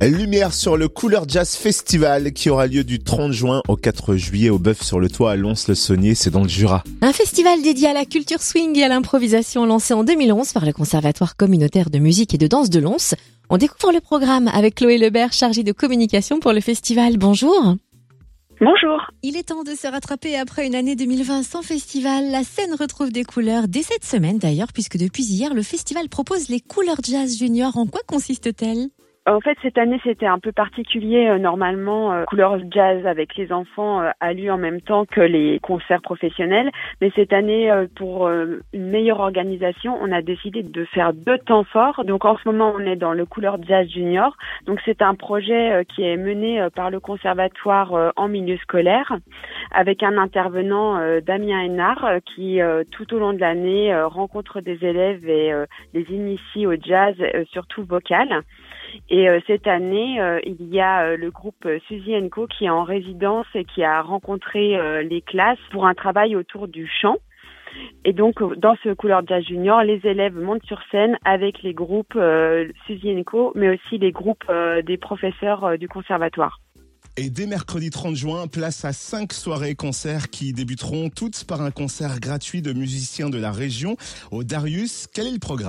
Lumière sur le Couleur Jazz Festival qui aura lieu du 30 juin au 4 juillet au Bœuf-sur-le-Toit à Lons-le-Saunier, c'est dans le Jura. Un festival dédié à la culture swing et à l'improvisation lancé en 2011 par le Conservatoire communautaire de musique et de danse de Lons. On découvre le programme avec Chloé Lebert, chargée de communication pour le festival. Bonjour. Bonjour. Il est temps de se rattraper après une année 2020 sans festival. La scène retrouve des couleurs dès cette semaine d'ailleurs, puisque depuis hier, le festival propose les Couleurs Jazz Junior. En quoi consiste-t-elle ? En fait, cette année, c'était un peu particulier. Normalement, Couleurs Jazz avec les enfants a lieu en même temps que les concerts professionnels. Mais cette année, pour une meilleure organisation, on a décidé de faire 2 temps forts. Donc, en ce moment, on est dans le Couleurs Jazz Junior. Donc, c'est un projet qui est mené par le conservatoire en milieu scolaire avec un intervenant, Damien Hénard, qui, tout au long de l'année, rencontre des élèves et les initie au jazz, surtout vocal. Et cette année, il y a le groupe Suzy & Co qui est en résidence et qui a rencontré les classes pour un travail autour du chant. Et donc, dans ce Couleur Jazz Junior, les élèves montent sur scène avec les groupes Suzy & Co, mais aussi les groupes des professeurs du conservatoire. Et dès mercredi 30 juin, place à 5 soirées-concerts qui débuteront toutes par un concert gratuit de musiciens de la région au Darius. Quel est le programme ?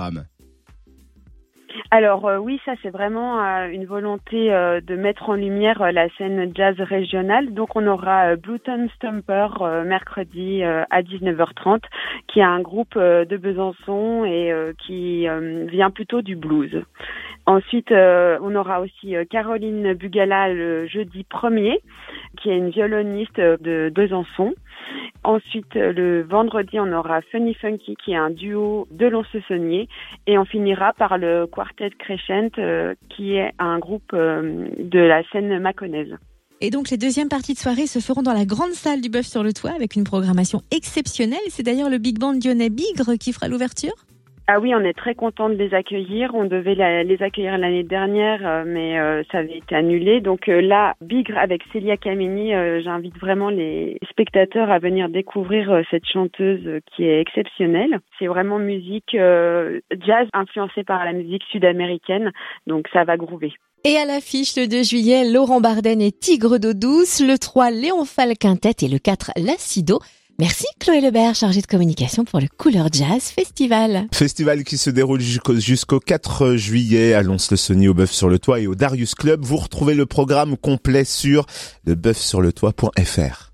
Alors oui, ça c'est vraiment une volonté de mettre en lumière la scène jazz régionale. Donc on aura Blueton Stomper mercredi à 19h30, qui est un groupe de Besançon et qui vient plutôt du blues. Ensuite, on aura aussi Caroline Bugala le jeudi 1er, qui est une violoniste de Besançon. Ensuite, le vendredi, on aura Funny Funky, qui est un duo de Lons-le-Saunier. Et on finira par le Quartet Crescent, qui est un groupe de la scène mâconnaise. Et donc, les deuxièmes parties de soirée se feront dans la grande salle du Bœuf-sur-le-Toit avec une programmation exceptionnelle. C'est d'ailleurs le Big Band lyonnais Bigre qui fera l'ouverture. Ah oui, on est très content de les accueillir. On devait les accueillir l'année dernière, mais ça avait été annulé. Donc là, Bigre avec Célia Kameni, j'invite vraiment les spectateurs à venir découvrir cette chanteuse qui est exceptionnelle. C'est vraiment musique jazz influencée par la musique sud-américaine, donc ça va groover. Et à l'affiche, le 2 juillet, Laurent Barden et Tigre d'eau douce, le 3, Léon Fall Quintet et le 4, Lacido. Merci Chloé Lebert, chargée de communication pour le Couleur Jazz Festival. Festival qui se déroule jusqu'au 4 juillet à Lons-le-Saunier au Bœuf-sur-le-Toit et au Darius Club. Vous retrouvez le programme complet sur lebœufsurletoit.fr.